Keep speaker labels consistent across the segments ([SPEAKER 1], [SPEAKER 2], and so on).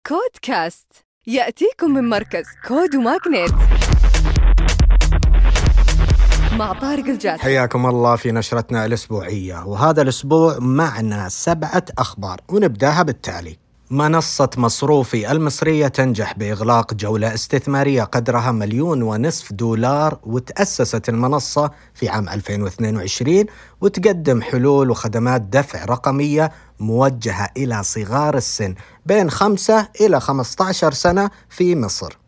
[SPEAKER 1] كودكاست يأتيكم من مركز كود وماغنيت مع طارق الجاسم.
[SPEAKER 2] حياكم الله في نشرتنا الأسبوعية، وهذا الأسبوع معنا 7 أخبار ونبداها بالتالي. منصة مصروفي المصرية تنجح بإغلاق جولة استثمارية قدرها $1.5 مليون، وتأسست المنصة في عام 2022 وتقدم حلول وخدمات دفع رقمية موجهة إلى صغار السن بين 5 إلى 15 سنة في مصر.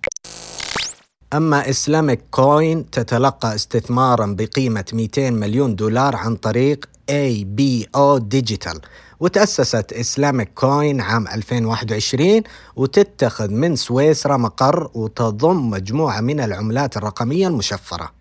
[SPEAKER 2] أما إسلامك كوين تتلقى استثماراً بقيمة $200 مليون عن طريق ABO ديجيتال، وتأسست إسلامك كوين عام 2021 وتتخذ من سويسرا مقر وتضم مجموعة من العملات الرقمية المشفرة.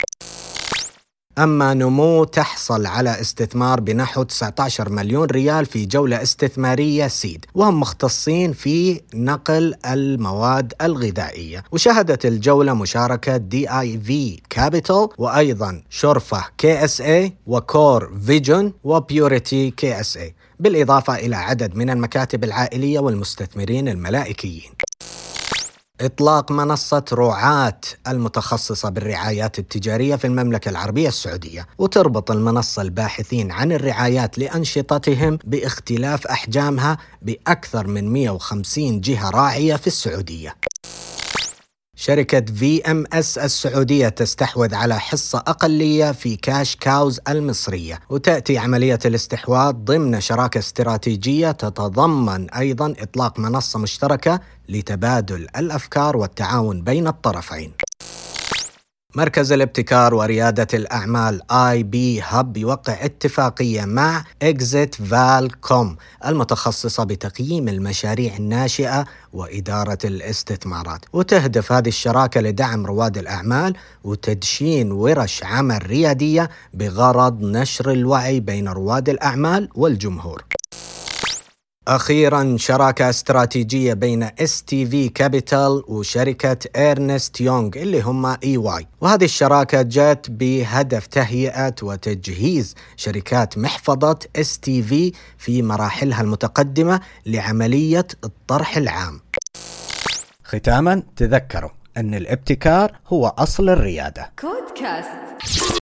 [SPEAKER 2] أما نمو تحصل على استثمار بنحو $19 مليون في جولة استثمارية سيد، وهم مختصين في نقل المواد الغذائية، وشهدت الجولة مشاركة DIV Capital وأيضا شرفة KSA وكور فيجن وبيوريتي KSA، بالإضافة إلى عدد من المكاتب العائلية والمستثمرين الملائكيين. إطلاق منصة رعاة المتخصصة بالرعايات التجارية في المملكة العربية السعودية، وتربط المنصة الباحثين عن الرعايات لأنشطتهم باختلاف أحجامها بأكثر من 150 جهة راعية في السعودية. شركة VMS السعودية تستحوذ على حصة أقلية في كاش كاوز المصرية، وتأتي عملية الاستحواذ ضمن شراكة استراتيجية تتضمن أيضا إطلاق منصة مشتركة لتبادل الأفكار والتعاون بين الطرفين. مركز الابتكار وريادة الأعمال IB Hub يوقع اتفاقية مع Exit Valcom المتخصصة بتقييم المشاريع الناشئة وإدارة الاستثمارات، وتهدف هذه الشراكة لدعم رواد الأعمال وتدشين ورش عمل ريادية بغرض نشر الوعي بين رواد الأعمال والجمهور. أخيراً شراكة استراتيجية بين STV Capital وشركة إرنست يونغ اللي هم EY، وهذه الشراكة جاءت بهدف تهيئة وتجهيز شركات محفظة STV في مراحلها المتقدمة لعملية الطرح العام. ختاماً تذكروا أن الابتكار هو أصل الريادة.
[SPEAKER 1] كودكاست.